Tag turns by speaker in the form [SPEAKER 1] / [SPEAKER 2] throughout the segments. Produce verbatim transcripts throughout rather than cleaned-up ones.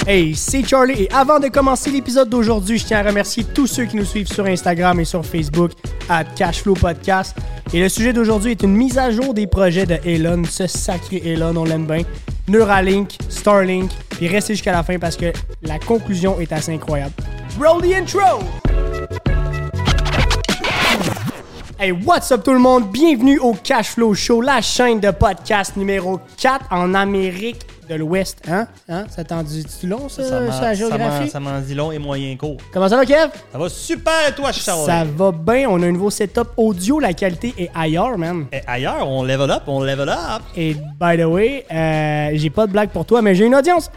[SPEAKER 1] Hey, c'est Charlie et avant de commencer l'épisode d'aujourd'hui, je tiens à remercier tous ceux qui nous suivent sur Instagram et sur Facebook à Cashflow Podcast. Et le sujet d'aujourd'hui est une mise à jour des projets de Elon, ce sacré Elon, on l'aime bien. Neuralink, Starlink, puis restez jusqu'à la fin parce que la conclusion est assez incroyable. Roll the intro! Hey, what's up tout le monde? Bienvenue au Cashflow Show, la chaîne de podcast numéro quatre en Amérique de l'Ouest. Hein? Hein? Ça t'en dit-tu long, ça, ça, ça la géographie?
[SPEAKER 2] Ça m'en dit long et moyen court.
[SPEAKER 1] Comment ça va, Kev?
[SPEAKER 2] Ça va super, et toi, Charles?
[SPEAKER 1] Ça va bien. On a un nouveau setup audio. La qualité est ailleurs, man.
[SPEAKER 2] Et ailleurs, on level up, on level up.
[SPEAKER 1] Et by the way, euh, j'ai pas de blague pour toi, mais j'ai une audience.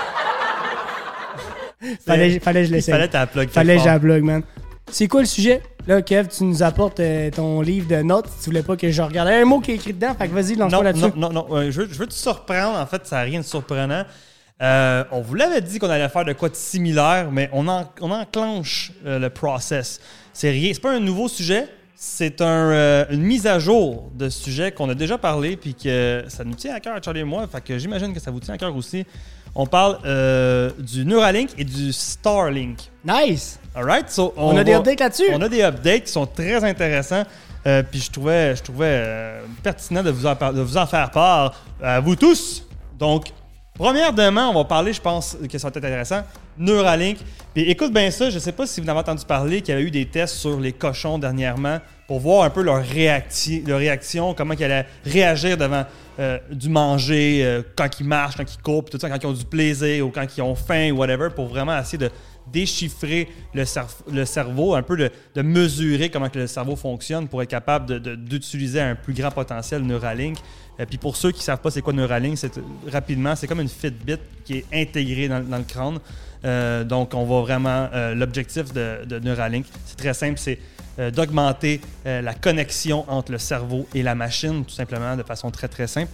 [SPEAKER 1] fallait, fallait que je l'essaye.
[SPEAKER 2] Fallait ta plug.
[SPEAKER 1] Fallait que j'ablogue, man. C'est quoi le sujet? Là, Kev, tu nous apportes euh, ton livre de notes. Tu voulais pas que je regarde un mot qui est écrit dedans, fait que vas-y, lance-toi là-dessus.
[SPEAKER 2] Non, non, non, euh, je, veux, je veux te surprendre. En fait, ça n'a rien de surprenant. Euh, on vous l'avait dit qu'on allait faire de quoi de similaire, mais on, en, on enclenche euh, le process. C'est rien, c'est pas un nouveau sujet, c'est un, euh, une mise à jour de sujet qu'on a déjà parlé, puis que ça nous tient à cœur, Charlie et moi. Fait que j'imagine que ça vous tient à cœur aussi. On parle euh, du Neuralink et du Starlink.
[SPEAKER 1] Nice!
[SPEAKER 2] Alright, so on,
[SPEAKER 1] on a
[SPEAKER 2] va,
[SPEAKER 1] des updates là-dessus?
[SPEAKER 2] On a des updates qui sont très intéressants. Euh, puis je trouvais, je trouvais euh, pertinent de vous, en par- de vous en faire part à vous tous. Donc, premièrement, on va parler, je pense que ça va être intéressant, Neuralink. Puis écoute bien ça, je ne sais pas si vous en avez entendu parler qu'il y avait eu des tests sur les cochons dernièrement pour voir un peu leur, réacti- leur réaction, comment ils allaient réagir devant euh, du manger, euh, quand ils marchent, quand ils courent, puis tout ça, quand ils ont du plaisir ou quand ils ont faim ou whatever, pour vraiment essayer de déchiffrer le, cerf- le cerveau, un peu de, de mesurer comment que le cerveau fonctionne pour être capable de, de, d'utiliser un plus grand potentiel Neuralink. Et puis pour ceux qui ne savent pas c'est quoi Neuralink, c'est, rapidement, c'est comme une Fitbit qui est intégrée dans, dans le crâne. Euh, donc on va vraiment... Euh, l'objectif de, de Neuralink, c'est très simple, c'est euh, d'augmenter euh, la connexion entre le cerveau et la machine, tout simplement, de façon très très simple.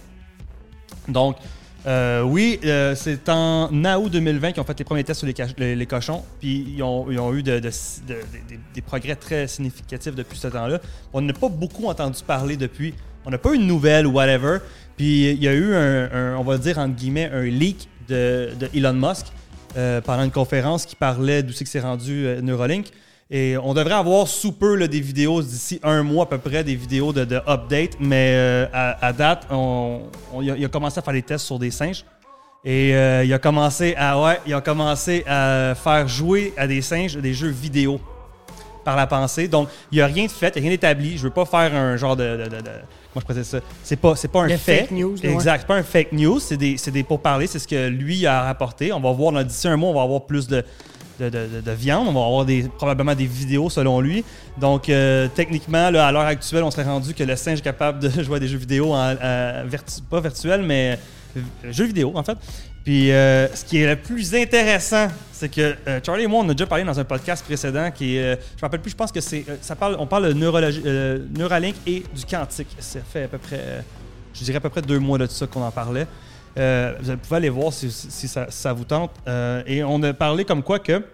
[SPEAKER 2] Donc, Euh, oui, euh, c'est en août deux mille vingt qu'ils ont fait les premiers tests sur les, ca- les, les cochons, puis ils ont, ils ont eu de, de, de, de, de, des progrès très significatifs depuis ce temps-là. On n'a pas beaucoup entendu parler depuis. On n'a pas eu de nouvelles ou whatever. Puis il y a eu un, un, on va dire entre guillemets, un leak de, de Elon Musk euh, pendant une conférence qui parlait d'où c'est que c'est rendu euh, Neuralink. Et on devrait avoir sous peu là, des vidéos d'ici un mois à peu près, des vidéos de, de update, mais euh, à, à date, on, on, il, a, il a commencé à faire des tests sur des singes. Et euh, il a commencé à ouais, il a commencé à faire jouer à des singes des jeux vidéo par la pensée. Donc, il n'y a rien de fait, il n'y a rien d'établi. Je ne veux pas faire un genre de... de, de, de comment je présente ça? C'est pas, c'est pas un
[SPEAKER 1] Le
[SPEAKER 2] fait.
[SPEAKER 1] fake news, là,
[SPEAKER 2] exact,
[SPEAKER 1] ouais.
[SPEAKER 2] c'est pas un fake news, c'est des, c'est des pourparlers, c'est ce que lui a rapporté. On va voir, dans d'ici un mois, on va avoir plus de... De, de, de, de viande. On va avoir des, probablement des vidéos selon lui. Donc, euh, techniquement, là, à l'heure actuelle, on serait rendu que le singe est capable de jouer à des jeux vidéo, en, en vertu, pas virtuels, mais euh, jeux vidéo, en fait. Puis, euh, ce qui est le plus intéressant, c'est que euh, Charlie et moi, on a déjà parlé dans un podcast précédent qui est, euh, je ne me rappelle plus, je pense que c'est, euh, ça parle, on parle de neurologie, euh, Neuralink et du quantique. Ça fait à peu près, euh, je dirais à peu près deux mois de tout ça qu'on en parlait. Euh, vous pouvez aller voir si, si, ça, si ça vous tente. Euh, et on a parlé comme quoi que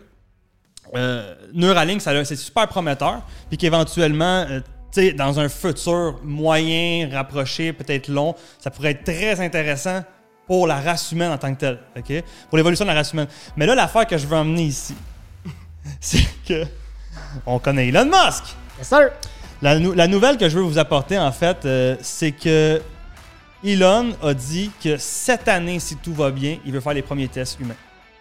[SPEAKER 2] euh, Neuralink, ça, c'est super prometteur. Puis qu'éventuellement, euh, tu sais, dans un futur moyen, rapproché, peut-être long, ça pourrait être très intéressant pour la race humaine en tant que telle. Okay? Pour l'évolution de la race humaine. Mais là, l'affaire que je veux emmener ici, c'est que on connaît Elon Musk.
[SPEAKER 1] Yes, sir.
[SPEAKER 2] La, la nouvelle que je veux vous apporter, en fait, euh, c'est que Elon a dit que cette année, si tout va bien, il veut faire les premiers tests humains.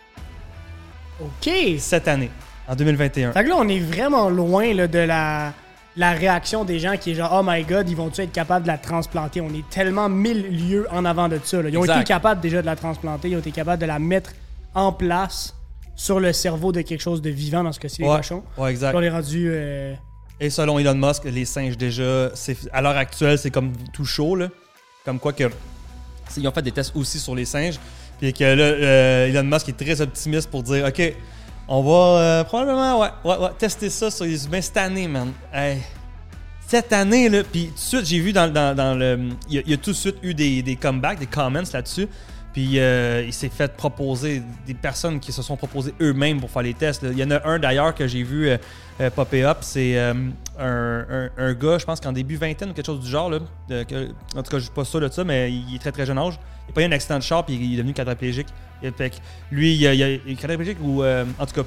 [SPEAKER 1] OK.
[SPEAKER 2] Cette année, en deux mille vingt et un.
[SPEAKER 1] Fait que là, on est vraiment loin là, de la, la réaction des gens qui est genre « Oh my God, ils vont-tu être capables de la transplanter? » On est tellement mille lieues en avant de ça. Là. Ils ont
[SPEAKER 2] exact.
[SPEAKER 1] été capables déjà de la transplanter. Ils ont été capables de la mettre en place sur le cerveau de quelque chose de vivant, dans ce cas-ci, les
[SPEAKER 2] Ouais,
[SPEAKER 1] cochons.
[SPEAKER 2] ouais, exact.
[SPEAKER 1] Puis on est rendu... Euh...
[SPEAKER 2] Et selon Elon Musk, les singes déjà, c'est, à l'heure actuelle, c'est comme tout chaud, là. Comme quoi que ils ont fait des tests aussi sur les singes. Puis que là, euh, Elon Musk est très optimiste pour dire OK, on va euh, probablement ouais, ouais, ouais, tester ça sur les humains cette année, man. Hey, cette année, là. Puis tout de suite, j'ai vu dans, dans, dans le. Il y, a, il y a tout de suite eu des, des comebacks, des comments là-dessus. Puis euh, il s'est fait proposer des personnes qui se sont proposées eux-mêmes pour faire les tests. Là. Il y en a un d'ailleurs que j'ai vu euh, euh, popper up. C'est euh, un, un, un gars, je pense qu'en début vingtaine ou quelque chose du genre. Là, de, que, en tout cas, je suis pas sûr de ça, mais il est très très jeune âge. Il a pas eu un accident de char puis il est devenu quadriplégique. Il, fait que lui, il, a, il, a, il est quadriplégique ou euh, en tout cas,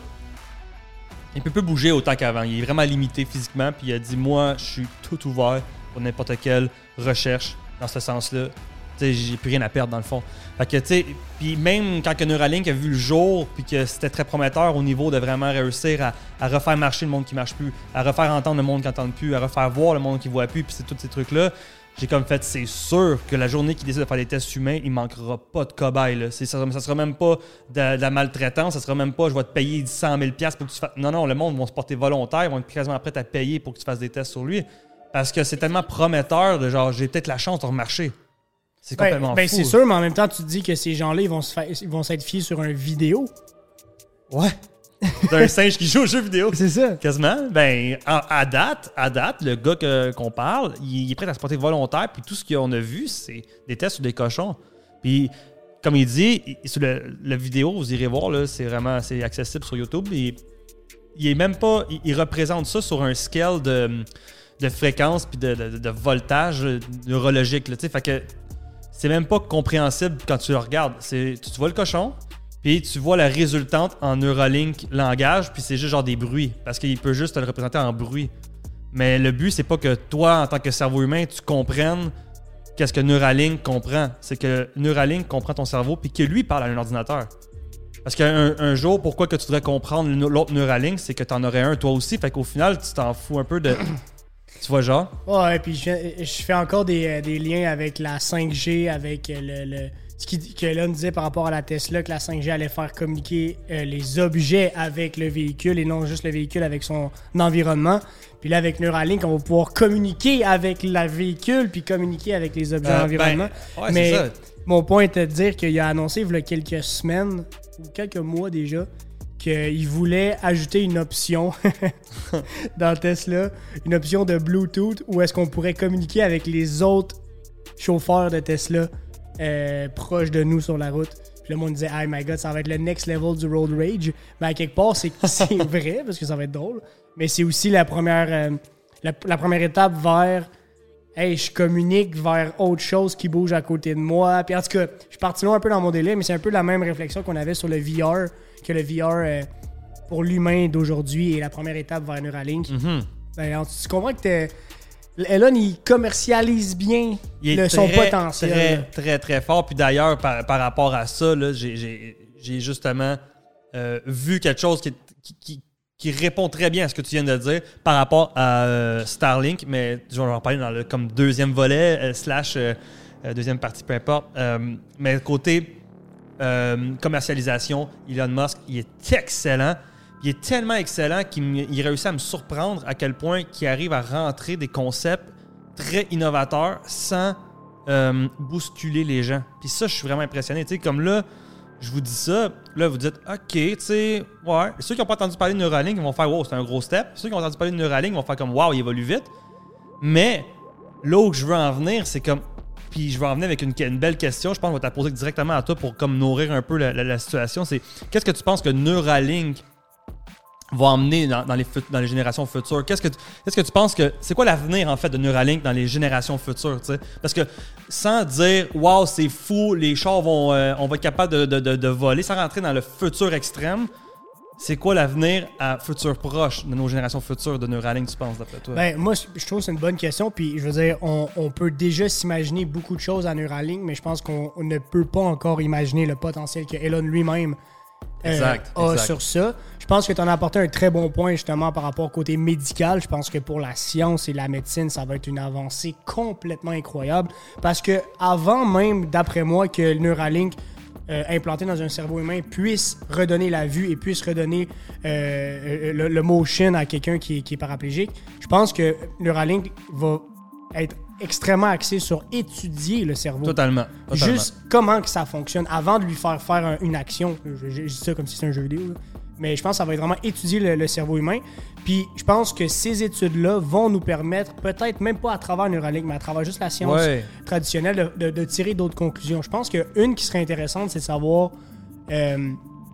[SPEAKER 2] il peut plus bouger autant qu'avant. Il est vraiment limité physiquement. Puis il a dit, moi, je suis tout ouvert pour n'importe quelle recherche dans ce sens-là. Tu sais, j'ai plus rien à perdre dans le fond. Fait que, tu sais, puis même quand que Neuralink a vu le jour, puis que c'était très prometteur au niveau de vraiment réussir à, à refaire marcher le monde qui marche plus, à refaire entendre le monde qui n'entend plus, à refaire voir le monde qui voit plus, puis c'est tous ces trucs-là, j'ai comme fait, c'est sûr que la journée qu'il décide de faire des tests humains, il manquera pas de cobayes. Là. C'est, ça, ça sera même pas de, de la maltraitance, ça sera même pas je vais te payer cent mille dollars pour que tu fasses. Non, non, le monde va se porter volontaire, ils vont être quasiment prêts à payer pour que tu fasses des tests sur lui. Parce que c'est tellement prometteur de genre, j'ai peut-être la chance de remarcher. C'est complètement
[SPEAKER 1] ben, ben
[SPEAKER 2] fou.
[SPEAKER 1] C'est sûr, mais en même temps, tu te dis que ces gens-là, ils vont se faire, ils vont s'être fiés sur une vidéo.
[SPEAKER 2] Ouais. D'un singe qui joue aux jeux vidéo.
[SPEAKER 1] C'est ça.
[SPEAKER 2] Quasiment. Ben, à, à date, à date, le gars que, qu'on parle, il, il est prêt à se porter volontaire, puis tout ce qu'on a vu, c'est des tests sur des cochons. Puis, comme il dit, il, sur le, la vidéo, vous irez voir, là, c'est vraiment c'est accessible sur YouTube. Il, il est même pas. Il, il représente ça sur un scale de, de fréquence puis de, de, de voltage neurologique. Là, fait que c'est même pas compréhensible quand tu le regardes. C'est, tu, tu vois le cochon, puis tu vois la résultante en Neuralink langage, puis c'est juste genre des bruits, parce qu'il peut juste te le représenter en bruit. Mais le but, c'est pas que toi, en tant que cerveau humain, tu comprennes qu'est-ce que Neuralink comprend. C'est que Neuralink comprend ton cerveau, puis que lui parle à un ordinateur. Parce qu'un un jour, pourquoi que tu devrais comprendre l'autre Neuralink, c'est que tu en aurais un toi aussi, fait qu'au final, tu t'en fous un peu de... Tu vois, genre?
[SPEAKER 1] Ouais, puis je, je fais encore des, des liens avec la cinq G, avec le, le ce qui, que Elon disait par rapport à la Tesla, que la cinq G allait faire communiquer euh, les objets avec le véhicule et non juste le véhicule avec son environnement. Puis là, avec Neuralink, on va pouvoir communiquer avec le véhicule puis communiquer avec les objets
[SPEAKER 2] euh,
[SPEAKER 1] de l'environnement.
[SPEAKER 2] Ben, ouais,
[SPEAKER 1] Mais
[SPEAKER 2] c'est ça.
[SPEAKER 1] Mon point était de dire qu'il a annoncé il y a quelques semaines ou quelques mois déjà qu'il voulait ajouter une option dans Tesla, une option de Bluetooth où est-ce qu'on pourrait communiquer avec les autres chauffeurs de Tesla euh, proches de nous sur la route. Puis le monde disait « Oh my God, ça va être le next level du road rage ». Mais à quelque part, c'est, c'est vrai parce que ça va être drôle. Mais c'est aussi la première, euh, la, la première étape vers « Hey, je communique vers autre chose qui bouge à côté de moi ». Puis en tout cas, je suis parti loin un peu dans mon délai, mais c'est un peu la même réflexion qu'on avait sur le V R, que le V R euh, pour l'humain d'aujourd'hui est la première étape vers Neuralink.
[SPEAKER 2] Mm-hmm.
[SPEAKER 1] Ben, tu comprends que t'es... Elon, il commercialise bien
[SPEAKER 2] il
[SPEAKER 1] le,
[SPEAKER 2] est
[SPEAKER 1] son
[SPEAKER 2] très,
[SPEAKER 1] potentiel.
[SPEAKER 2] Très, très, très fort. Puis d'ailleurs, par, par rapport à ça, là, j'ai, j'ai, j'ai justement euh, vu quelque chose qui, qui, qui, qui répond très bien à ce que tu viens de dire par rapport à euh, Starlink, mais je vais en parler dans le comme deuxième volet, euh, slash euh, deuxième partie, peu importe. Euh, mais côté euh, commercialisation, Elon Musk, il est excellent. Il est tellement excellent qu'il il réussit à me surprendre à quel point il arrive à rentrer des concepts très innovateurs sans euh, bousculer les gens. Puis ça, je suis vraiment impressionné. Tu sais, comme là, je vous dis ça, là, vous dites, OK, tu sais, ouais. Ceux qui n'ont pas entendu parler de Neuralink, ils vont faire, wow, c'est un gros step. Ceux qui ont entendu parler de Neuralink, ils vont faire comme, wow, il évolue vite. Mais là où je veux en venir, c'est comme, puis je vais en venir avec une, une belle question, je pense que je vais te la poser directement à toi pour comme nourrir un peu la, la, la situation. C'est, qu'est-ce que tu penses que Neuralink va emmener dans, dans, les, dans les générations futures? Qu'est-ce que, tu, qu'est-ce que tu penses que... C'est quoi l'avenir, en fait, de Neuralink dans les générations futures, tu sais? Parce que sans dire « Wow, c'est fou, les chars vont... Euh, on va être capable de, de, de, de voler », sans rentrer dans le futur extrême, c'est quoi l'avenir à futur proche de nos générations futures de Neuralink, tu penses, d'après toi?
[SPEAKER 1] Ben, moi, je trouve que c'est une bonne question. Puis, je veux dire, on, on peut déjà s'imaginer beaucoup de choses à Neuralink, mais je pense qu'on ne peut pas encore imaginer le potentiel que Elon lui-même euh,
[SPEAKER 2] exact,
[SPEAKER 1] a
[SPEAKER 2] exact.
[SPEAKER 1] sur ça. Je pense que tu en as apporté un très bon point justement par rapport au côté médical. Je pense que pour la science et la médecine, ça va être une avancée complètement incroyable. Parce que avant même, d'après moi, que le Neuralink euh, implanté dans un cerveau humain puisse redonner la vue et puisse redonner euh, le, le motion à quelqu'un qui est, qui est paraplégique, je pense que Neuralink va être extrêmement axé sur étudier le cerveau.
[SPEAKER 2] Totalement. totalement.
[SPEAKER 1] Juste comment que ça fonctionne avant de lui faire faire un, une action. Je, je, je dis ça comme si c'était un jeu vidéo. Là. Mais je pense que ça va être vraiment étudier le, le cerveau humain. Puis je pense que ces études-là vont nous permettre, peut-être même pas à travers Neuralink, mais à travers juste la science
[SPEAKER 2] ouais.
[SPEAKER 1] traditionnelle, de, de, de tirer d'autres conclusions. Je pense qu'une qui serait intéressante, c'est de savoir euh,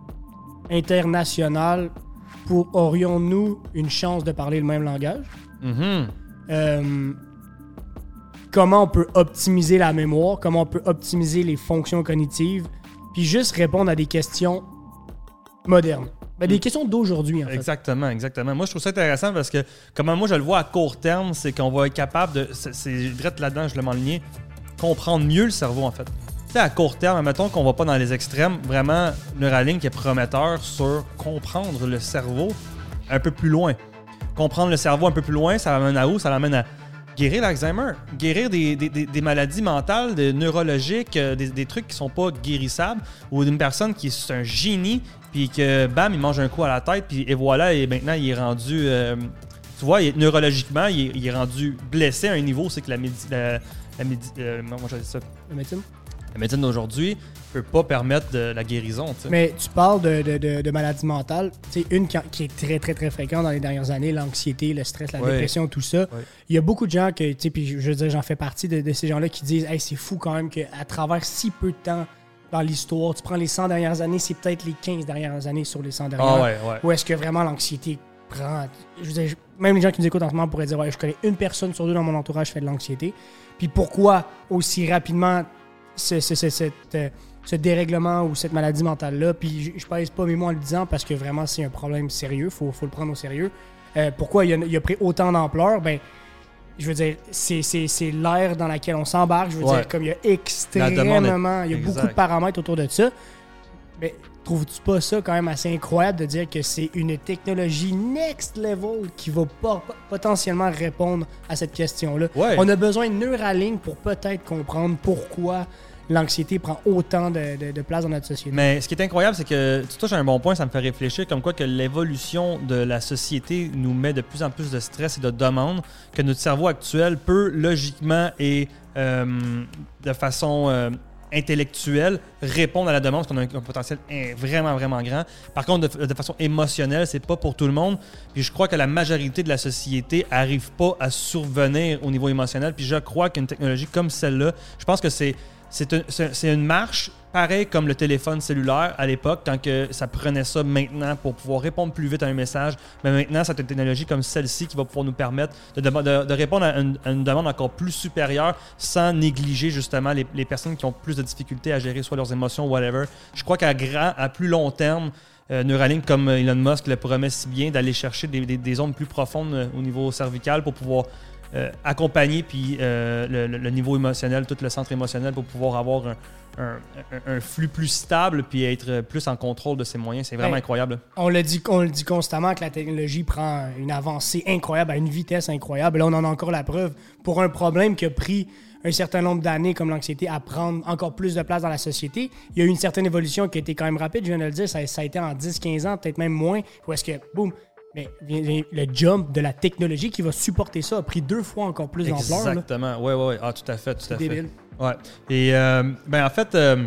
[SPEAKER 1] international, pour aurions-nous une chance de parler le même langage?
[SPEAKER 2] Mm-hmm.
[SPEAKER 1] Euh, comment on peut optimiser la mémoire, comment on peut optimiser les fonctions cognitives, puis juste répondre à des questions modernes. Ben, des questions d'aujourd'hui, en fait.
[SPEAKER 2] Exactement, exactement. Moi, je trouve ça intéressant parce que, comment moi je le vois à court terme, c'est qu'on va être capable de, c'est, c'est direct là-dedans, je l'ai m'enligné, comprendre mieux le cerveau, en fait. Tu sais, à court terme, admettons qu'on va pas dans les extrêmes, vraiment, Neuralink est prometteur sur comprendre le cerveau un peu plus loin. Comprendre le cerveau un peu plus loin, ça l'amène à où? Ça l'amène à guérir l'Alzheimer, guérir des, des, des, des maladies mentales, des neurologiques, des, des trucs qui sont pas guérissables, ou d'une personne qui est un génie, puis que, bam, il mange un coup à la tête, puis et voilà, et maintenant, il est rendu... Euh, tu vois, il est, neurologiquement, il est, il est rendu blessé à un niveau, c'est que la médecine... La, la médi- euh, moi, j'ai dit ça.
[SPEAKER 1] La médecine?
[SPEAKER 2] La médecine d'aujourd'hui peut pas permettre de la guérison, tu sais.
[SPEAKER 1] Mais tu parles de, de, de, de maladies mentales. Tu sais, une qui, qui est très, très, très fréquente dans les dernières années, l'anxiété, le stress, la
[SPEAKER 2] ouais.
[SPEAKER 1] dépression, tout ça.
[SPEAKER 2] Ouais.
[SPEAKER 1] Il y a beaucoup de gens que, tu sais, puis je veux dire, j'en fais partie de, de ces gens-là qui disent « Hey, c'est fou quand même qu'à travers si peu de temps dans l'histoire, tu prends les cent dernières années, c'est peut-être les quinze dernières années sur les cent dernières.
[SPEAKER 2] Ah ouais, ouais.
[SPEAKER 1] Où est-ce que vraiment l'anxiété prend... Je veux dire, même les gens qui nous écoutent en ce moment pourraient dire « Ouais, je connais une personne sur deux dans mon entourage qui fait de l'anxiété. » Puis pourquoi aussi rapidement ce, ce, ce, cette... Euh, ce dérèglement ou cette maladie mentale-là, puis je, je pèse pas mes mots en le disant parce que vraiment c'est un problème sérieux, il faut, faut le prendre au sérieux. Euh, pourquoi il a, il a pris autant d'ampleur? Ben, je veux dire, c'est, c'est, c'est l'ère dans laquelle on s'embarque, je veux
[SPEAKER 2] ouais.
[SPEAKER 1] dire, comme il y a extrêmement, est... il y a exact. beaucoup de paramètres autour de ça. Mais trouves-tu pas ça quand même assez incroyable de dire que c'est une technologie next level qui va pas, potentiellement répondre à cette question-là?
[SPEAKER 2] Ouais.
[SPEAKER 1] On a besoin de Neuralink pour peut-être comprendre pourquoi l'anxiété prend autant de, de, de place dans notre société.
[SPEAKER 2] Mais ce qui est incroyable, c'est que tu touches à un bon point, ça me fait réfléchir, comme quoi que l'évolution de la société nous met de plus en plus de stress et de demandes, que notre cerveau actuel peut logiquement et euh, de façon euh, intellectuelle répondre à la demande, parce qu'on a un, un potentiel vraiment, vraiment grand. Par contre, de, de façon émotionnelle, c'est pas pour tout le monde. Puis je crois que la majorité de la société n'arrive pas à survenir au niveau émotionnel. Puis je crois qu'une technologie comme celle-là, je pense que c'est C'est, un, c'est une marche, pareil comme le téléphone cellulaire à l'époque, quand que ça prenait ça maintenant pour pouvoir répondre plus vite à un message. Mais maintenant, c'est une technologie comme celle-ci qui va pouvoir nous permettre de, de, de répondre à une, à une demande encore plus supérieure sans négliger justement les, les personnes qui ont plus de difficultés à gérer soit leurs émotions ou whatever. Je crois qu'à grand, à plus long terme, euh, Neuralink, comme Elon Musk le promet si bien, d'aller chercher des, des, des zones plus profondes euh, au niveau cervical pour pouvoir Euh, accompagner puis euh, le, le, le niveau émotionnel, tout le centre émotionnel pour pouvoir avoir un, un, un, un flux plus stable puis être plus en contrôle de ses moyens. C'est vraiment
[SPEAKER 1] ben,
[SPEAKER 2] incroyable.
[SPEAKER 1] On le, dit, on le dit constamment que la technologie prend une avancée incroyable à une vitesse incroyable. Là, on en a encore la preuve pour un problème qui a pris un certain nombre d'années comme l'anxiété à prendre encore plus de place dans la société. Il y a eu une certaine évolution qui a été quand même rapide, je viens de le dire. Ça, ça a été en dix quinze ans, peut-être même moins. Où est-ce que, boum, mais le jump de la technologie qui va supporter ça a pris deux fois encore plus d'ampleur.
[SPEAKER 2] Exactement, oui, oui, oui. Ah, tout à fait, tout
[SPEAKER 1] C'est
[SPEAKER 2] à
[SPEAKER 1] débile.
[SPEAKER 2] fait. Ouais. Et, euh, ben en fait, euh,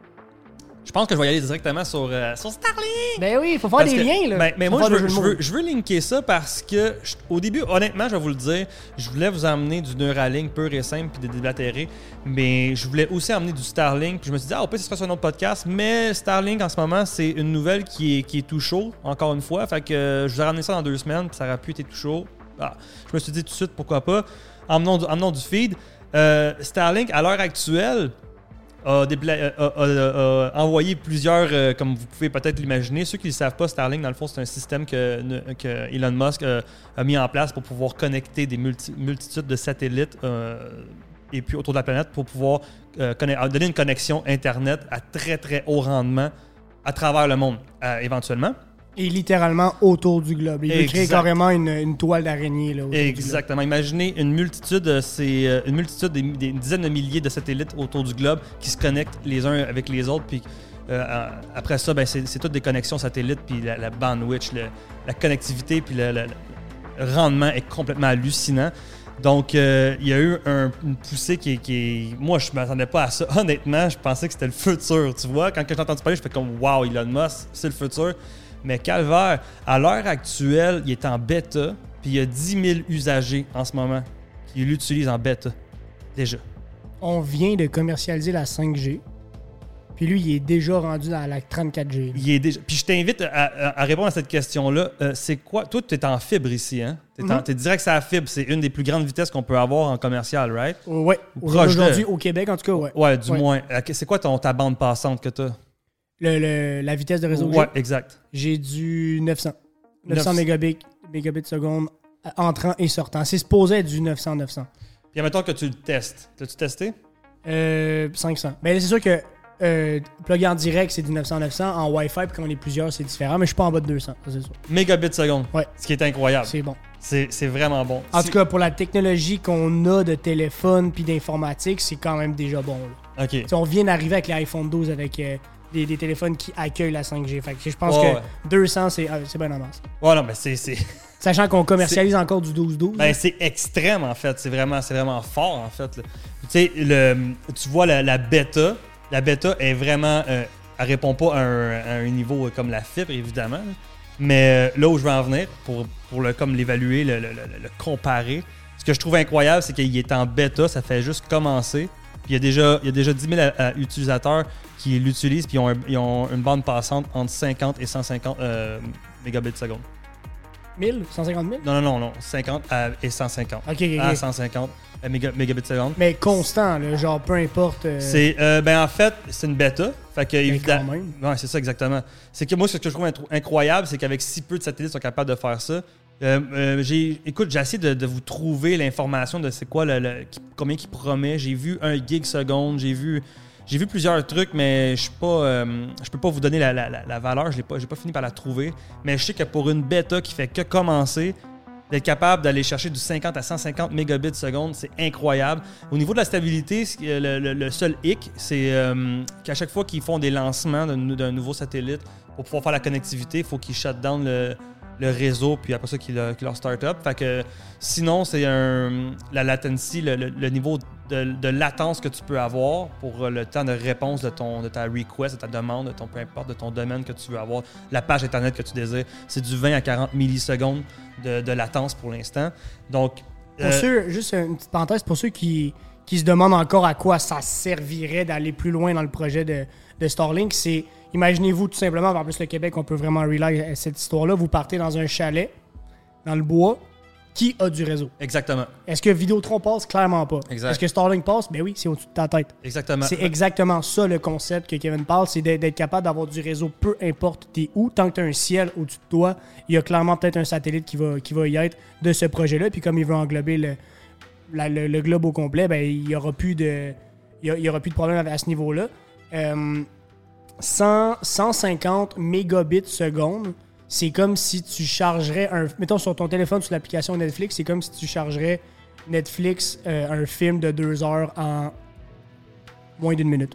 [SPEAKER 2] je pense que je vais y aller directement sur, euh, sur Starlink.
[SPEAKER 1] Ben oui, il faut faire
[SPEAKER 2] Parce
[SPEAKER 1] des
[SPEAKER 2] que,
[SPEAKER 1] liens, là.
[SPEAKER 2] Ben, mais moi, je veux, je, veux, je veux linker ça parce que, je, au début, honnêtement, je vais vous le dire, je voulais vous emmener du Neuralink pur et simple puis de déblatérer, mais je voulais aussi emmener du Starlink. Puis je me suis dit, ah, au pire, ce sera sur un autre podcast, mais Starlink, en ce moment, c'est une nouvelle qui est, qui est tout chaud, encore une fois. Fait que euh, je vous ai ramené ça dans deux semaines, puis ça aurait pu être tout chaud. Ah, je me suis dit tout de suite, pourquoi pas. Emmenons du, emmenons du feed. Euh, Starlink, à l'heure actuelle, a, débla- a, a, a envoyé plusieurs, euh, comme vous pouvez peut-être l'imaginer. Ceux qui ne le savent pas, Starlink, dans le fond, c'est un système que, que Elon Musk a, a mis en place pour pouvoir connecter des multi- multitudes de satellites euh, et puis autour de la planète pour pouvoir euh, conna- donner une connexion Internet à très, très haut rendement à travers le monde, euh, éventuellement.
[SPEAKER 1] Et littéralement autour du globe. Il veut
[SPEAKER 2] Exact.
[SPEAKER 1] créer carrément une, une toile d'araignée. Là,
[SPEAKER 2] Exactement. Imaginez une multitude, c'est une multitude, des, des dizaines de milliers de satellites autour du globe qui se connectent les uns avec les autres. Puis euh, après ça, ben, c'est, c'est toutes des connexions satellites, puis la, la bandwidth, le, la connectivité, puis le, le, le rendement est complètement hallucinant. Donc, euh, il y a eu un, une poussée qui est, qui est... Moi, je ne m'attendais pas à ça. Honnêtement, je pensais que c'était le futur, tu vois. Quand j'ai entendu parler, je fais comme « Wow, Elon Musk, c'est le futur ». Mais calvaire, à l'heure actuelle, il est en bêta, puis il y a dix mille usagers en ce moment qui l'utilisent en bêta. Déjà.
[SPEAKER 1] On vient de commercialiser la cinq G. Puis lui, il est déjà rendu dans la trente-quatre G. Là.
[SPEAKER 2] Il est déjà. Puis je t'invite à, à, à répondre à cette question-là. Euh, c'est quoi? Toi, tu es en fibre ici, hein? Tu es mm-hmm. direct sur la fibre. C'est une des plus grandes vitesses qu'on peut avoir en commercial, right?
[SPEAKER 1] Oui. Aujourd'hui, de... au Québec, en tout cas, oui.
[SPEAKER 2] Ouais, du
[SPEAKER 1] ouais.
[SPEAKER 2] moins. C'est quoi ton, ta bande passante que tu as?
[SPEAKER 1] Le, le, la vitesse de réseau que
[SPEAKER 2] ouais,
[SPEAKER 1] j'ai?
[SPEAKER 2] Exact.
[SPEAKER 1] J'ai du neuf cents. neuf cents mégabits, mégabits seconde entrant et sortant. C'est supposé être du neuf cents neuf cents.
[SPEAKER 2] Puis admettons que tu le testes. L'as-tu testé?
[SPEAKER 1] Euh, cinq cents. Mais c'est sûr que Euh, plug en direct, c'est du neuf cents neuf cents. En Wi-Fi, puis quand on est plusieurs, c'est différent. Mais je suis pas en bas de deux cents, ça, c'est sûr.
[SPEAKER 2] Mégabits seconde.
[SPEAKER 1] Ouais.
[SPEAKER 2] Ce qui est incroyable.
[SPEAKER 1] C'est bon.
[SPEAKER 2] C'est, c'est vraiment bon.
[SPEAKER 1] En
[SPEAKER 2] si...
[SPEAKER 1] tout cas, pour la technologie qu'on a de téléphone puis d'informatique, c'est quand même déjà bon. Là.
[SPEAKER 2] OK.
[SPEAKER 1] T'sais, on vient d'arriver avec l'iPhone douze avec euh, des, des téléphones qui accueillent la cinq G. Fait que je pense
[SPEAKER 2] oh,
[SPEAKER 1] que
[SPEAKER 2] ouais.
[SPEAKER 1] deux cents, c'est, euh, c'est bien en masse.
[SPEAKER 2] Ouais, non, mais c'est... c'est...
[SPEAKER 1] Sachant qu'on commercialise c'est... encore du douze douze.
[SPEAKER 2] Ben, c'est extrême, en fait. C'est vraiment, c'est vraiment fort, en fait. Tu sais, le, tu vois la, la bêta... La bêta est vraiment... Euh, elle répond pas à un, à un niveau comme la fibre, évidemment. Là. Mais euh, là où je veux en venir, pour, pour le, comme l'évaluer, le, le, le, le comparer, ce que je trouve incroyable, c'est qu'il est en bêta, ça fait juste commencer. Puis il y a déjà, il y a déjà dix mille à, à utilisateurs qui l'utilisent, puis ils ont, un, ils ont une bande passante entre cinquante et cent cinquante euh, mégabits seconde.
[SPEAKER 1] mille? cent cinquante mille?
[SPEAKER 2] Non, non, non, non. cinquante à, et cent cinquante.
[SPEAKER 1] OK, OK.
[SPEAKER 2] À cent cinquante méga, mégabits seconde.
[SPEAKER 1] Mais constant, là, genre peu importe. Euh...
[SPEAKER 2] C'est, euh, ben en fait, c'est une bêta. Fait que,
[SPEAKER 1] évidemment.
[SPEAKER 2] Ouais, c'est ça exactement. C'est que moi, ce que je trouve incroyable, c'est qu'avec si peu de satellites sont capables de faire ça. Euh, euh, j'ai, écoute, j'ai essayé de, de vous trouver l'information de c'est quoi, le, le, combien qu'il promet. J'ai vu un gig seconde, j'ai vu. J'ai vu plusieurs trucs, mais je suis pas, euh, je peux pas vous donner la, la, la valeur. Je n'ai pas, j'ai pas fini par la trouver. Mais je sais que pour une bêta qui fait que commencer, d'être capable d'aller chercher du cinquante à cent cinquante mégabits seconde, c'est incroyable. Au niveau de la stabilité, le, le, le seul hic, c'est euh, qu'à chaque fois qu'ils font des lancements d'un, d'un nouveau satellite, pour pouvoir faire la connectivité, il faut qu'ils shut down le, le réseau, puis après ça, qu'ils, qu'ils leur start up. Fait que sinon, c'est un, la latency, le, le, le niveau de, de latence que tu peux avoir pour le temps de réponse de, ton, de ta request, de ta demande, de ton peu importe, de ton domaine que tu veux avoir, la page Internet que tu désires. C'est du vingt à quarante millisecondes de, de latence pour l'instant. Donc,
[SPEAKER 1] pour
[SPEAKER 2] euh,
[SPEAKER 1] ceux, juste une petite parenthèse, pour ceux qui, qui se demandent encore à quoi ça servirait d'aller plus loin dans le projet de, de Starlink, c'est, imaginez-vous tout simplement, en plus le Québec, on peut vraiment relay à cette histoire-là, vous partez dans un chalet, dans le bois, qui a du réseau.
[SPEAKER 2] Exactement.
[SPEAKER 1] Est-ce que Vidéotron passe? Clairement pas.
[SPEAKER 2] Exact.
[SPEAKER 1] Est-ce que Starlink passe? Ben oui, c'est au-dessus de ta tête.
[SPEAKER 2] Exactement.
[SPEAKER 1] C'est exactement ça le concept que Kevin parle, c'est d'être capable d'avoir du réseau peu importe t'es où. Tant que tu as un ciel au-dessus de toi, il y a clairement peut-être un satellite qui va, qui va y être de ce projet-là. Puis comme il veut englober le, la, le, le globe au complet, ben il n'y aura plus de il y, y aura plus de problème à ce niveau-là. Euh, cent, cent cinquante mégabits seconde, c'est comme si tu chargerais un... Mettons sur ton téléphone, sur l'application Netflix, c'est comme si tu chargerais Netflix euh, un film de deux heures en moins d'une minute.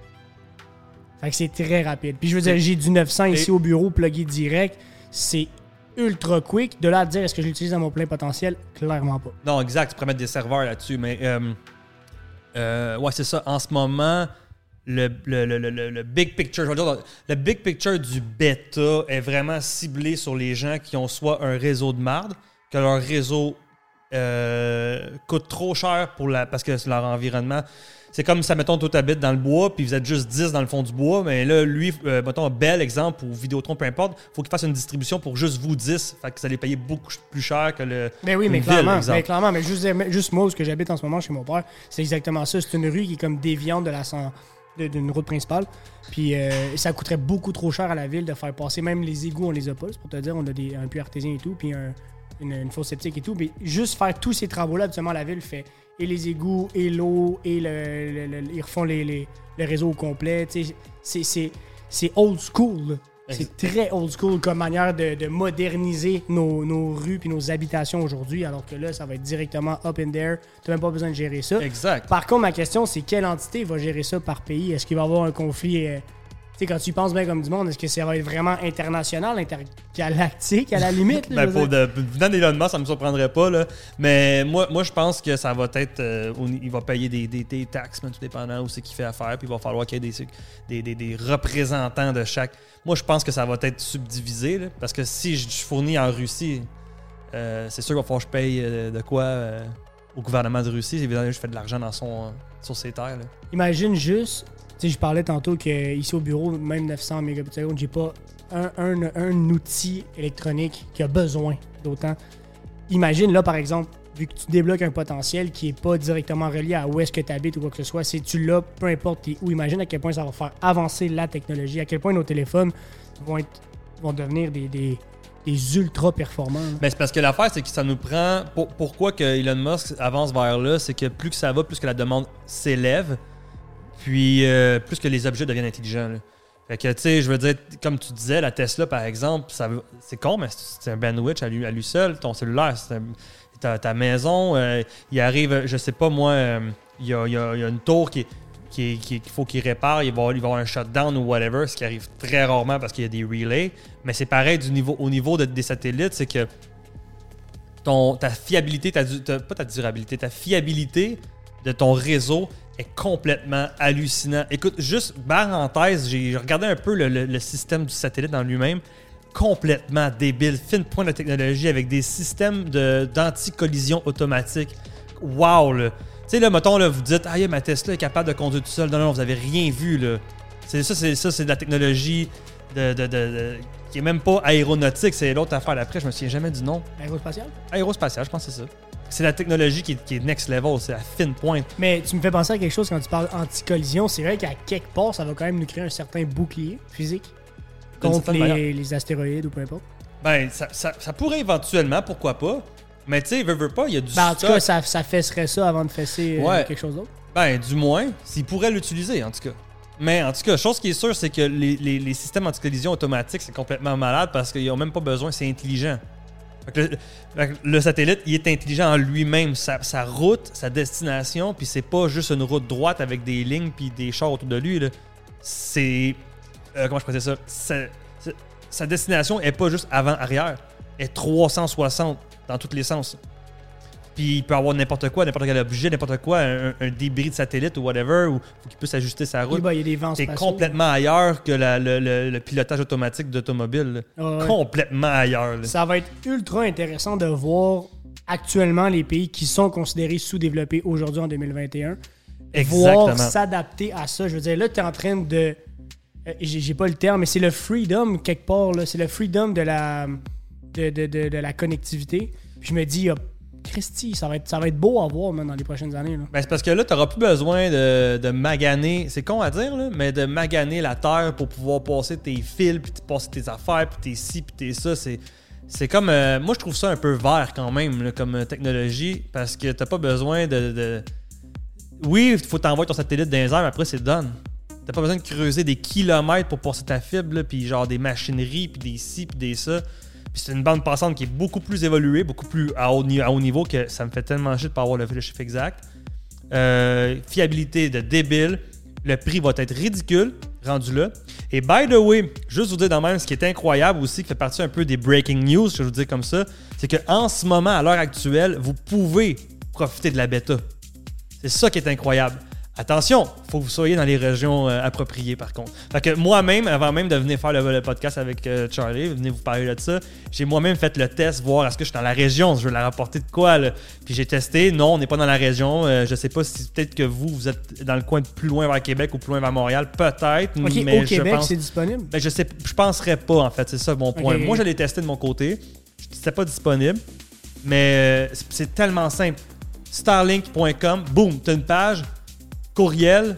[SPEAKER 1] Fait que c'est très rapide. Puis je veux dire, j'ai du neuf cents ici au bureau, plugué direct. C'est ultra quick. De là à dire, est-ce que je l'utilise à mon plein potentiel? Clairement pas.
[SPEAKER 2] Non, exact. Tu pourrais mettre des serveurs là-dessus. Mais euh, euh, ouais, c'est ça. En ce moment... Le, le, le, le, le big picture, je veux dire, le big picture du bêta est vraiment ciblé sur les gens qui ont soit un réseau de marde, que leur réseau euh, coûte trop cher pour la, parce que c'est leur environnement. C'est comme ça, mettons, toi, t'habites dans le bois, puis vous êtes juste dix dans le fond du bois, mais là, lui, euh, mettons, Bell, exemple, ou Vidéotron, peu importe, il faut qu'il fasse une distribution pour juste vous dix. Fait que vous allez payer beaucoup plus cher que le.
[SPEAKER 1] Mais oui, mais ville, clairement, mais clairement, mais juste, juste moi, où que j'habite en ce moment chez mon père, c'est exactement ça. C'est une rue qui est comme déviante de la d'une route principale. Puis euh, ça coûterait beaucoup trop cher à la ville de faire passer. Même les égouts, on les a pas. C'est pour te dire, on a des, un puits artésien et tout, puis un, une, une fosse septique et tout. Mais juste faire tous ces travaux-là, absolument, la ville fait et les égouts, et l'eau, et le, le, le, ils refont les, les, le réseau au complet. C'est, c'est, c'est old school. C'est très old school comme manière de, de moderniser nos, nos rues et nos habitations aujourd'hui, alors que là, ça va être directement up in there. Tu n'as même pas besoin de gérer ça.
[SPEAKER 2] Exact.
[SPEAKER 1] Par contre, ma question, c'est quelle entité va gérer ça par pays? Est-ce qu'il va y avoir un conflit euh, sais, quand tu y penses bien comme du monde, est-ce que ça va être vraiment international, intergalactique à la limite? Là,
[SPEAKER 2] ben, pour de, venant d'Elon Musk, ça me surprendrait pas. Là. Mais moi, moi, je pense que ça va être. Euh, il va payer des, des, des taxes, tout dépendant où c'est qu'il fait affaire. Puis il va falloir qu'il y ait des, des, des, des représentants de chaque. Moi, je pense que ça va être subdivisé. Là, parce que si je, je fournis en Russie, euh, c'est sûr qu'il va falloir que je paye euh, de quoi euh, au gouvernement de Russie. Évidemment, je fais de l'argent dans son, euh, sur ses terres. Là.
[SPEAKER 1] Imagine juste. Tu sais, je parlais tantôt qu'ici au bureau, même neuf cents mégabits par seconde, j'ai pas un, un, un outil électronique qui a besoin d'autant. Imagine là, par exemple, vu que tu débloques un potentiel qui est pas directement relié à où est-ce que tu habites ou quoi que ce soit, si tu l'as, peu importe t'es où, imagine à quel point ça va faire avancer la technologie, à quel point nos téléphones vont, être, vont devenir des, des, des ultra performants.
[SPEAKER 2] Ben, c'est parce que l'affaire, c'est que ça nous prend... Pour, pourquoi que Elon Musk avance vers là, c'est que plus que ça va, plus que la demande s'élève. Puis, euh, plus que les objets deviennent intelligents. Là. Fait que, tu sais, je veux dire, comme tu disais, la Tesla, par exemple, ça, c'est con, mais c'est un bandwidth à lui, à lui seul. Ton cellulaire, c'est un, ta, ta maison, euh, il arrive, je sais pas moi, euh, il, y a, il, y a, il y a une tour qui, qui, qui, qu'il faut qu'il répare, il va, il va y avoir un shutdown ou whatever, ce qui arrive très rarement parce qu'il y a des relays. Mais c'est pareil du niveau, au niveau de, des satellites, c'est que ton, ta fiabilité, ta, ta, pas ta durabilité, ta fiabilité de ton réseau est complètement hallucinant. Écoute, juste parenthèse, j'ai regardé un peu le, le, le système du satellite dans lui-même. Complètement débile. Fine pointe de technologie avec des systèmes de, d'anti-collision automatique. Wow, là. Tu sais, là, mettons, là, vous dites, ah, yeah, ma Tesla est capable de conduire tout seul. Non, non, vous avez rien vu, là. C'est ça, c'est ça, c'est de la technologie de, de, de, de, qui est même pas aéronautique. C'est l'autre affaire d'après. Je me souviens jamais du nom.
[SPEAKER 1] Aérospatial?
[SPEAKER 2] Aérospatial, je pense que c'est ça. C'est la technologie qui est, qui est next level, c'est la fine pointe.
[SPEAKER 1] Mais tu me fais penser à quelque chose quand tu parles anti-collision. C'est vrai qu'à quelque part, ça va quand même nous créer un certain bouclier physique contre les, les astéroïdes ou peu importe.
[SPEAKER 2] Ben, ça, ça, ça pourrait éventuellement, pourquoi pas. Mais tu sais, veut, veut pas, il y a du
[SPEAKER 1] ben, en
[SPEAKER 2] stock.
[SPEAKER 1] tout cas, ça, ça fesserait ça avant de fesser
[SPEAKER 2] ouais.
[SPEAKER 1] euh, quelque chose d'autre.
[SPEAKER 2] Ben, du moins, s'ils pourraient l'utiliser, en tout cas. Mais en tout cas, chose qui est sûre, c'est que les, les, les systèmes anti-collision automatiques, c'est complètement malade parce qu'ils n'ont même pas besoin, c'est intelligent. Le, le satellite, il est intelligent en lui-même. Sa, sa route, sa destination, puis c'est pas juste une route droite avec des lignes puis des chars autour de lui. Là. C'est... Euh, comment je pourrais dire ça? Sa, sa, sa destination est pas juste avant-arrière. Elle est trois cent soixante dans tous les sens. Puis il peut avoir n'importe quoi, n'importe quel objet, n'importe quoi, un, un débris de satellite ou whatever, ou faut qu'il puisse ajuster sa route.
[SPEAKER 1] Oui, ben, il y a des vents
[SPEAKER 2] c'est
[SPEAKER 1] spatiaux.
[SPEAKER 2] complètement ailleurs que la, le, le, le pilotage automatique d'automobile.
[SPEAKER 1] Ah ouais.
[SPEAKER 2] Complètement ailleurs. Là.
[SPEAKER 1] Ça va être ultra intéressant de voir actuellement les pays qui sont considérés sous-développés aujourd'hui en deux mille vingt et un.
[SPEAKER 2] Exactement.
[SPEAKER 1] Voir s'adapter à ça. Je veux dire, là, tu es en train de... Euh, j'ai, j'ai pas le terme, mais c'est le freedom quelque part. Là. C'est le freedom de la, de, de, de, de la connectivité. Puis je me dis, oh, Christy, ça va être, ça va être beau à voir man, dans les prochaines années. Là.
[SPEAKER 2] Ben, c'est parce que là, tu n'auras plus besoin de, de maganer, c'est con à dire, là, mais de maganer la terre pour pouvoir passer tes fils, puis passer tes affaires, puis tes ci, puis tes ça. C'est, c'est comme... Euh, moi, je trouve ça un peu vert quand même, là, comme technologie, parce que tu n'as pas besoin de... de... Oui, il faut t'envoyer ton satellite dans les airs, mais après, c'est done. T'as pas besoin de creuser des kilomètres pour passer ta fibre, puis genre des machineries, puis des ci, puis des ça. Puis c'est une bande passante qui est beaucoup plus évoluée, beaucoup plus à haut, à haut niveau que ça me fait tellement chier de pas avoir le, le chiffre exact. Euh, fiabilité de débile. Le prix va être ridicule, rendu là. Et by the way, juste vous dire dans même, ce qui est incroyable aussi, qui fait partie un peu des breaking news, je vais vous dire comme ça, c'est qu'en ce moment, à l'heure actuelle, vous pouvez profiter de la bêta. C'est ça qui est incroyable. Attention, il faut que vous soyez dans les régions euh, appropriées par contre. Fait que moi-même, avant même de venir faire le, le podcast avec euh, Charlie, venir vous parler de ça, j'ai moi-même fait le test, voir est-ce que je suis dans la région, je veux la rapporter de quoi. Là. Puis j'ai testé, non, on n'est pas dans la région. Euh, je sais pas si peut-être que vous, vous êtes dans le coin de plus loin vers Québec ou plus loin vers Montréal, peut-être.
[SPEAKER 1] OK,
[SPEAKER 2] mais
[SPEAKER 1] au Québec,
[SPEAKER 2] je pense,
[SPEAKER 1] c'est disponible?
[SPEAKER 2] Ben, je sais, je penserais pas en fait, c'est ça mon point.
[SPEAKER 1] Okay.
[SPEAKER 2] Moi, je l'ai testé de mon côté, c'était pas disponible, mais euh, c'est tellement simple. Starlink point com, boum, tu as une page. Courriel,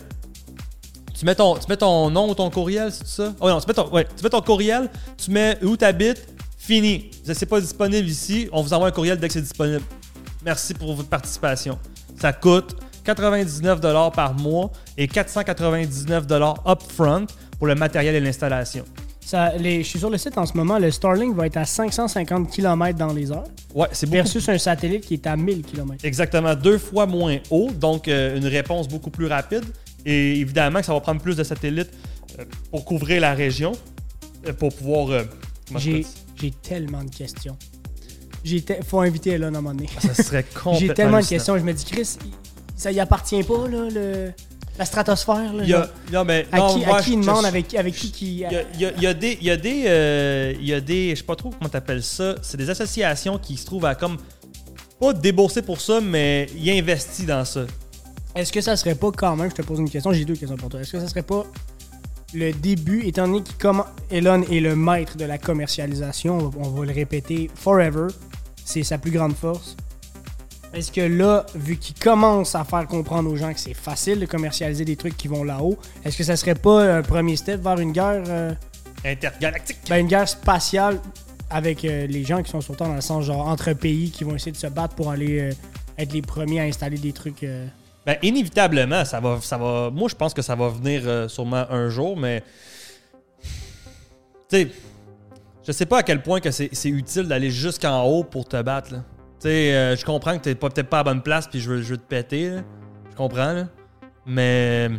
[SPEAKER 2] tu mets ton, tu mets ton nom ou ton courriel, c'est ça? Oh non, tu mets ton, ouais, tu mets ton courriel, tu mets où tu habites, fini. C'est pas disponible ici, on vous envoie un courriel dès que c'est disponible. Merci pour votre participation. Ça coûte quatre-vingt-dix-neuf dollars par mois et quatre cent quatre-vingt-dix-neuf dollars upfront pour le matériel et l'installation.
[SPEAKER 1] Ça, les, je suis sur le site en ce moment, le Starlink va être à cinq cent cinquante kilomètres dans les heures.
[SPEAKER 2] Ouais, c'est beaucoup.
[SPEAKER 1] Versus un satellite qui est à mille kilomètres.
[SPEAKER 2] Exactement, deux fois moins haut, donc euh, une réponse beaucoup plus rapide. Et évidemment que ça va prendre plus de satellites euh, pour couvrir la région, euh, pour pouvoir... Euh,
[SPEAKER 1] j'ai, j'ai tellement de questions. J'ai te... Faut inviter Elon à un moment donné.
[SPEAKER 2] Ça serait complètement
[SPEAKER 1] J'ai tellement
[SPEAKER 2] hallucinant.
[SPEAKER 1] de questions. Je me dis, Chris, ça y appartient pas, là, le... la stratosphère. Là,
[SPEAKER 2] il y a, non, mais,
[SPEAKER 1] à
[SPEAKER 2] non,
[SPEAKER 1] qui,
[SPEAKER 2] moi,
[SPEAKER 1] à qui
[SPEAKER 2] je,
[SPEAKER 1] il demande,
[SPEAKER 2] je,
[SPEAKER 1] avec, avec qui qui...
[SPEAKER 2] Il y a, il y a, il y a des... Il y a des, euh, il y a des je sais pas trop comment t'appelles ça. C'est des associations qui se trouvent à comme... Pas débourser pour ça, mais il investit dans ça.
[SPEAKER 1] Est-ce que ça serait pas quand même, je te pose une question, j'ai deux questions pour toi. Est-ce que ça serait pas le début, étant donné qu'Elon est le maître de la commercialisation, on va le répéter forever, c'est sa plus grande force. Est-ce que là, vu qu'il commence à faire comprendre aux gens que c'est facile de commercialiser des trucs qui vont là-haut, est-ce que ça serait pas un premier step vers une guerre euh,
[SPEAKER 2] intergalactique?
[SPEAKER 1] Ben une guerre spatiale avec euh, les gens qui sont sur Terre, dans le sens genre entre pays qui vont essayer de se battre pour aller euh, être les premiers à installer des trucs. Euh...
[SPEAKER 2] Ben, inévitablement, ça va, ça va. Moi, je pense que ça va venir euh, sûrement un jour, mais. Tu sais, je sais pas à quel point que c'est, c'est utile d'aller jusqu'en haut pour te battre, là. Tu sais, euh, je comprends que t'es pas, peut-être pas à la bonne place puis je veux, je veux te péter, là. Je comprends, là. Mais.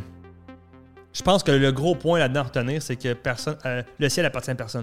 [SPEAKER 2] Je pense que le gros point là-dedans à retenir, c'est que personne. Euh, le ciel appartient à personne.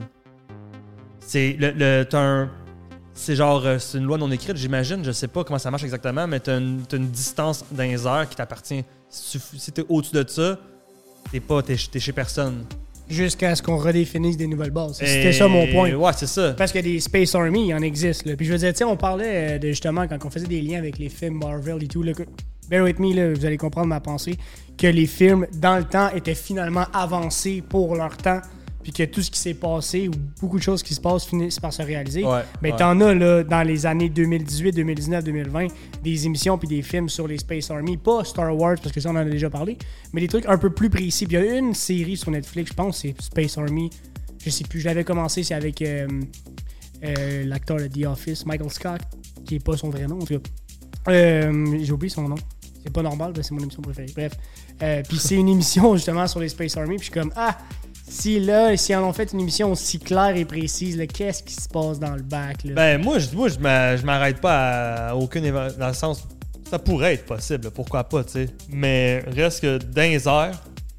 [SPEAKER 2] C'est. Le, le, t'as un. C'est genre, c'est une loi non écrite, j'imagine. Je sais pas comment ça marche exactement, mais t'as une, t'as une distance dans les airs qui t'appartient. Si, tu, si t'es au-dessus de ça, t'es pas, t'es, t'es chez personne.
[SPEAKER 1] Jusqu'à ce qu'on redéfinisse des nouvelles bases. Et c'était ça mon point.
[SPEAKER 2] Ouais, c'est ça.
[SPEAKER 1] Parce que des Space Army, il en existe. Là. Puis je veux dire, tu sais, on parlait de justement quand on faisait des liens avec les films Marvel et tout. Là, bear with me, là, vous allez comprendre ma pensée. Que les films, dans le temps, étaient finalement avancés pour leur temps. Puis que tout ce qui s'est passé, ou beaucoup de choses qui se passent, finissent par se réaliser.
[SPEAKER 2] Ouais,
[SPEAKER 1] mais
[SPEAKER 2] ouais.
[SPEAKER 1] t'en as, là, dans les années deux mille dix-huit, deux mille dix-neuf, deux mille vingt, des émissions puis des films sur les Space Army. Pas Star Wars, parce que ça, on en a déjà parlé, mais des trucs un peu plus précis. Puis il y a une série sur Netflix, je pense, c'est Space Army. Je sais plus, je l'avais commencé, c'est avec euh, euh, l'acteur de The Office, Michael Scott, qui est pas son vrai nom, en tout cas. Euh, j'ai oublié son nom. C'est pas normal, c'est mon émission préférée. Bref. Euh, puis c'est une émission, justement, sur les Space Army. Puis je suis comme, ah... Si là, si on a fait une émission aussi claire et précise, là, qu'est-ce qui se passe dans le bac? Là?
[SPEAKER 2] Ben, moi, je, moi, je, m'a, je m'arrête pas à aucune éva- dans le sens. Ça pourrait être possible, pourquoi pas, tu sais. Mais reste que dans les airs,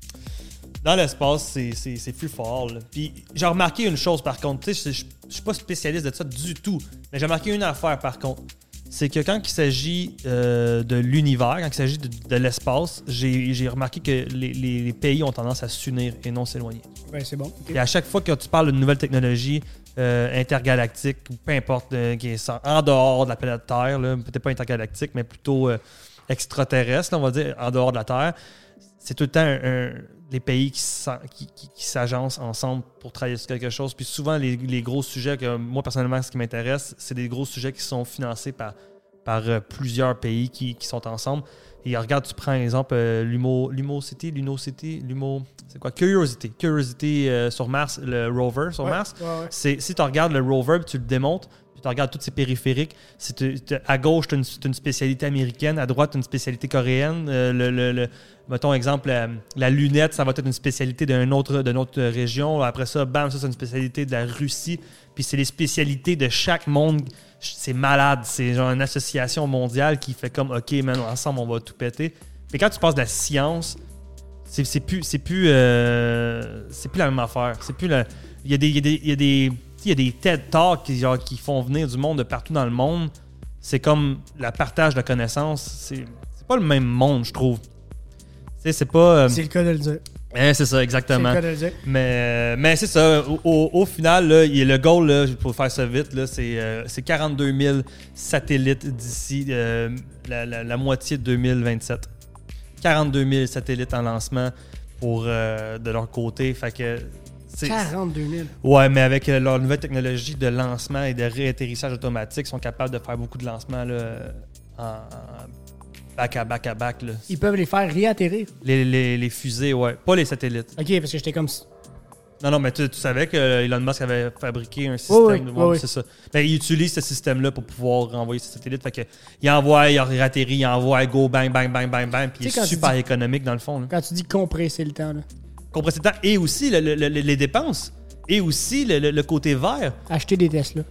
[SPEAKER 2] dans l'espace, c'est, c'est, c'est plus fort. Là. Puis j'ai remarqué une chose par contre, tu sais, je, je, je suis pas spécialiste de ça du tout, mais j'ai remarqué une affaire par contre. C'est que quand il s'agit euh, de l'univers, quand il s'agit de, de l'espace, j'ai, j'ai remarqué que les, les, les pays ont tendance à s'unir et non s'éloigner.
[SPEAKER 1] Ben, c'est bon. Okay.
[SPEAKER 2] Et à chaque fois que tu parles d'une nouvelle technologie euh, intergalactique, ou peu importe, euh, qui est en dehors de la planète Terre, là, peut-être pas intergalactique, mais plutôt euh, extraterrestre, là, on va dire, en dehors de la Terre, c'est tout le temps un, un, les pays qui, qui, qui, qui s'agencent ensemble pour travailler sur quelque chose. Puis souvent, les, les gros sujets, que moi, personnellement, ce qui m'intéresse, c'est des gros sujets qui sont financés par, par euh, plusieurs pays qui, qui sont ensemble. Et regarde, tu prends, exemple, euh, Lumo, Lumo City, Luno City, Lumo... C'est quoi? Curiosity. Curiosity euh, sur Mars, le rover sur
[SPEAKER 1] ouais,
[SPEAKER 2] Mars.
[SPEAKER 1] Ouais, ouais.
[SPEAKER 2] C'est, si tu regardes le rover, tu le démontes, puis tu regardes tous ses périphériques, c'est, tu, tu, à gauche, tu as une, une spécialité américaine, à droite, tu as une spécialité coréenne. Euh, le, le, le, mettons, exemple, la, la lunette, ça va être une spécialité d'une autre, d'une autre région. Après ça, bam, ça, c'est une spécialité de la Russie. Puis c'est les spécialités de chaque monde. C'est malade. C'est genre une association mondiale qui fait comme, OK, man, ensemble, on va tout péter. Mais quand tu passes de la science... C'est, c'est plus c'est plus euh, c'est plus la même affaire. C'est plus la, il y a des il y a des il y a des il y a des TED Talks qui, genre, qui font venir du monde de partout dans le monde. C'est comme le partage de connaissances. C'est, c'est pas le même monde, je trouve. Tu sais, c'est pas. Euh...
[SPEAKER 1] C'est le cas de le dire.
[SPEAKER 2] Eh, c'est ça, exactement.
[SPEAKER 1] C'est le cas de le dire. Mais,
[SPEAKER 2] mais c'est ça. Au, au, au final, là, il y a le goal, là, pour faire ça vite, là, c'est, euh, c'est quarante-deux mille satellites d'ici euh, la, la, la moitié de deux mille vingt-sept. quarante-deux mille satellites en lancement pour, euh, de leur côté. Fait que, c'est,
[SPEAKER 1] quarante-deux mille?
[SPEAKER 2] Ouais, mais avec euh, leur nouvelle technologie de lancement et de réatterrissage automatique, ils sont capables de faire beaucoup de lancements là, en, en back à back à back. Là.
[SPEAKER 1] Ils peuvent les faire réatterrir?
[SPEAKER 2] Les, les, les fusées, ouais. Pas les satellites.
[SPEAKER 1] OK, parce que j'étais comme...
[SPEAKER 2] Non, non, mais tu, tu savais que Elon Musk avait fabriqué un système.
[SPEAKER 1] Oh oui,
[SPEAKER 2] de...
[SPEAKER 1] oh oui.
[SPEAKER 2] C'est ça. Ben, il utilise ce système-là pour pouvoir renvoyer ses satellites. Fait que, il envoie, il atterrit, il envoie, go, bang, bang, bang, bang, bang. Puis il est super dis, économique dans le fond. Là.
[SPEAKER 1] Quand tu dis compresser le temps. Là.
[SPEAKER 2] Compresser le temps et aussi le, le, le, les dépenses. Et aussi le, le, le côté vert.
[SPEAKER 1] Acheter des Tesla.
[SPEAKER 2] Tu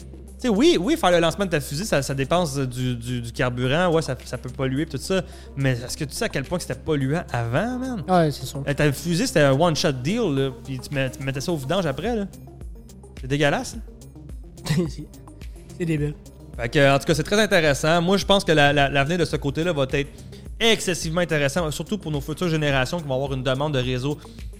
[SPEAKER 2] sais, oui, oui, faire le lancement de ta fusée, ça, ça dépense du, du, du carburant, ouais, ça, ça peut polluer et tout ça. Mais est-ce que tu sais à quel point que c'était polluant avant, man?
[SPEAKER 1] Ouais, c'est sûr.
[SPEAKER 2] Ta fusée, c'était un one-shot deal, là, puis tu, mets, tu mettais ça au vidange après, là. C'est dégueulasse.
[SPEAKER 1] c'est, c'est débile.
[SPEAKER 2] Fait que, en tout cas, c'est très intéressant. Moi, je pense que la, la, l'avenir de ce côté-là va être excessivement intéressant, surtout pour nos futures générations qui vont avoir une demande de réseau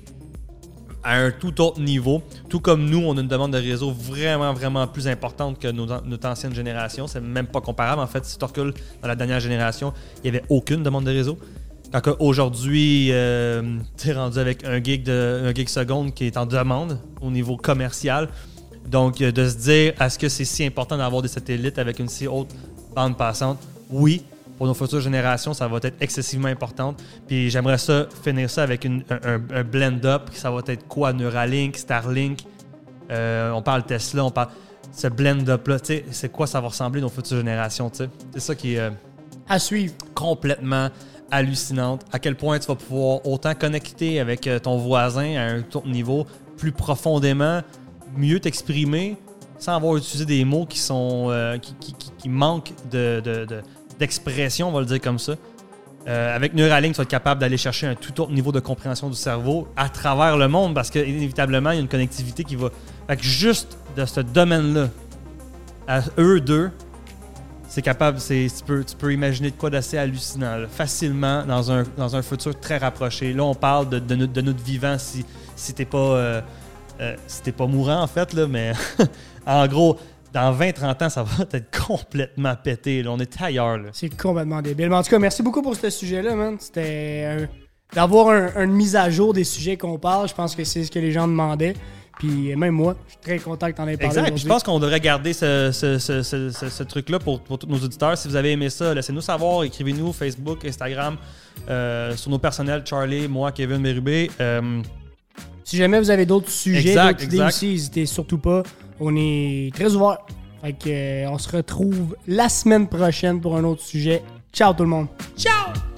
[SPEAKER 2] à un tout autre niveau. Tout comme nous, on a une demande de réseau vraiment, vraiment plus importante que nos, notre ancienne génération. C'est même pas comparable. En fait, si tu recules dans la dernière génération, il n'y avait aucune demande de réseau. Quand aujourd'hui, euh, tu es rendu avec un gig, de, un gig seconde qui est en demande au niveau commercial. Donc, de se dire, est-ce que c'est si important d'avoir des satellites avec une si haute bande passante? Oui. Pour nos futures générations, ça va être excessivement important. Puis j'aimerais ça finir ça avec une, un, un blend-up. Ça va être quoi? Neuralink, Starlink, euh, on parle Tesla, on parle... Ce blend-up-là, tu sais, c'est quoi ça va ressembler nos futures générations, tu sais? C'est ça qui est... Euh,
[SPEAKER 1] à suivre.
[SPEAKER 2] Complètement hallucinante. À quel point tu vas pouvoir autant connecter avec ton voisin à un autre niveau, plus profondément, mieux t'exprimer, sans avoir utilisé des mots qui sont... Euh, qui, qui, qui, qui manquent de... de, de d'expression, on va le dire comme ça. Euh, avec Neuralink, tu vas être capable d'aller chercher un tout autre niveau de compréhension du cerveau à travers le monde parce qu'inévitablement, il y a une connectivité qui va... Fait que juste de ce domaine-là, à eux deux, c'est capable... C'est, tu, peux, tu peux imaginer de quoi d'assez hallucinant, là, facilement, dans un, dans un futur très rapproché. Là, on parle de, de, notre, de notre vivant si, si t'es pas... Euh, euh, si t'es pas mourant, en fait, là, mais en gros... Dans vingt trente ans, ça va être complètement pété. Là. On est ailleurs. Là.
[SPEAKER 1] C'est complètement débile. Mais en tout cas, merci beaucoup pour ce sujet-là, man. C'était un... d'avoir un, une mise à jour des sujets qu'on parle. Je pense que c'est ce que les gens demandaient. Puis même moi, je suis très content que tu en aies parlé
[SPEAKER 2] exact.
[SPEAKER 1] aujourd'hui.
[SPEAKER 2] Je pense qu'on devrait garder ce, ce, ce, ce, ce, ce truc-là pour, pour tous nos auditeurs. Si vous avez aimé ça, laissez-nous savoir. Écrivez-nous Facebook, Instagram, euh, sur nos personnels, Charlie, moi, Kevin Bérubé. Euh...
[SPEAKER 1] Si jamais vous avez d'autres sujets,
[SPEAKER 2] exact,
[SPEAKER 1] d'autres idées
[SPEAKER 2] exact.
[SPEAKER 1] aussi, n'hésitez surtout pas. On est très ouverts. Fait que, euh, on se retrouve la semaine prochaine pour un autre sujet. Ciao tout le monde.
[SPEAKER 2] Ciao!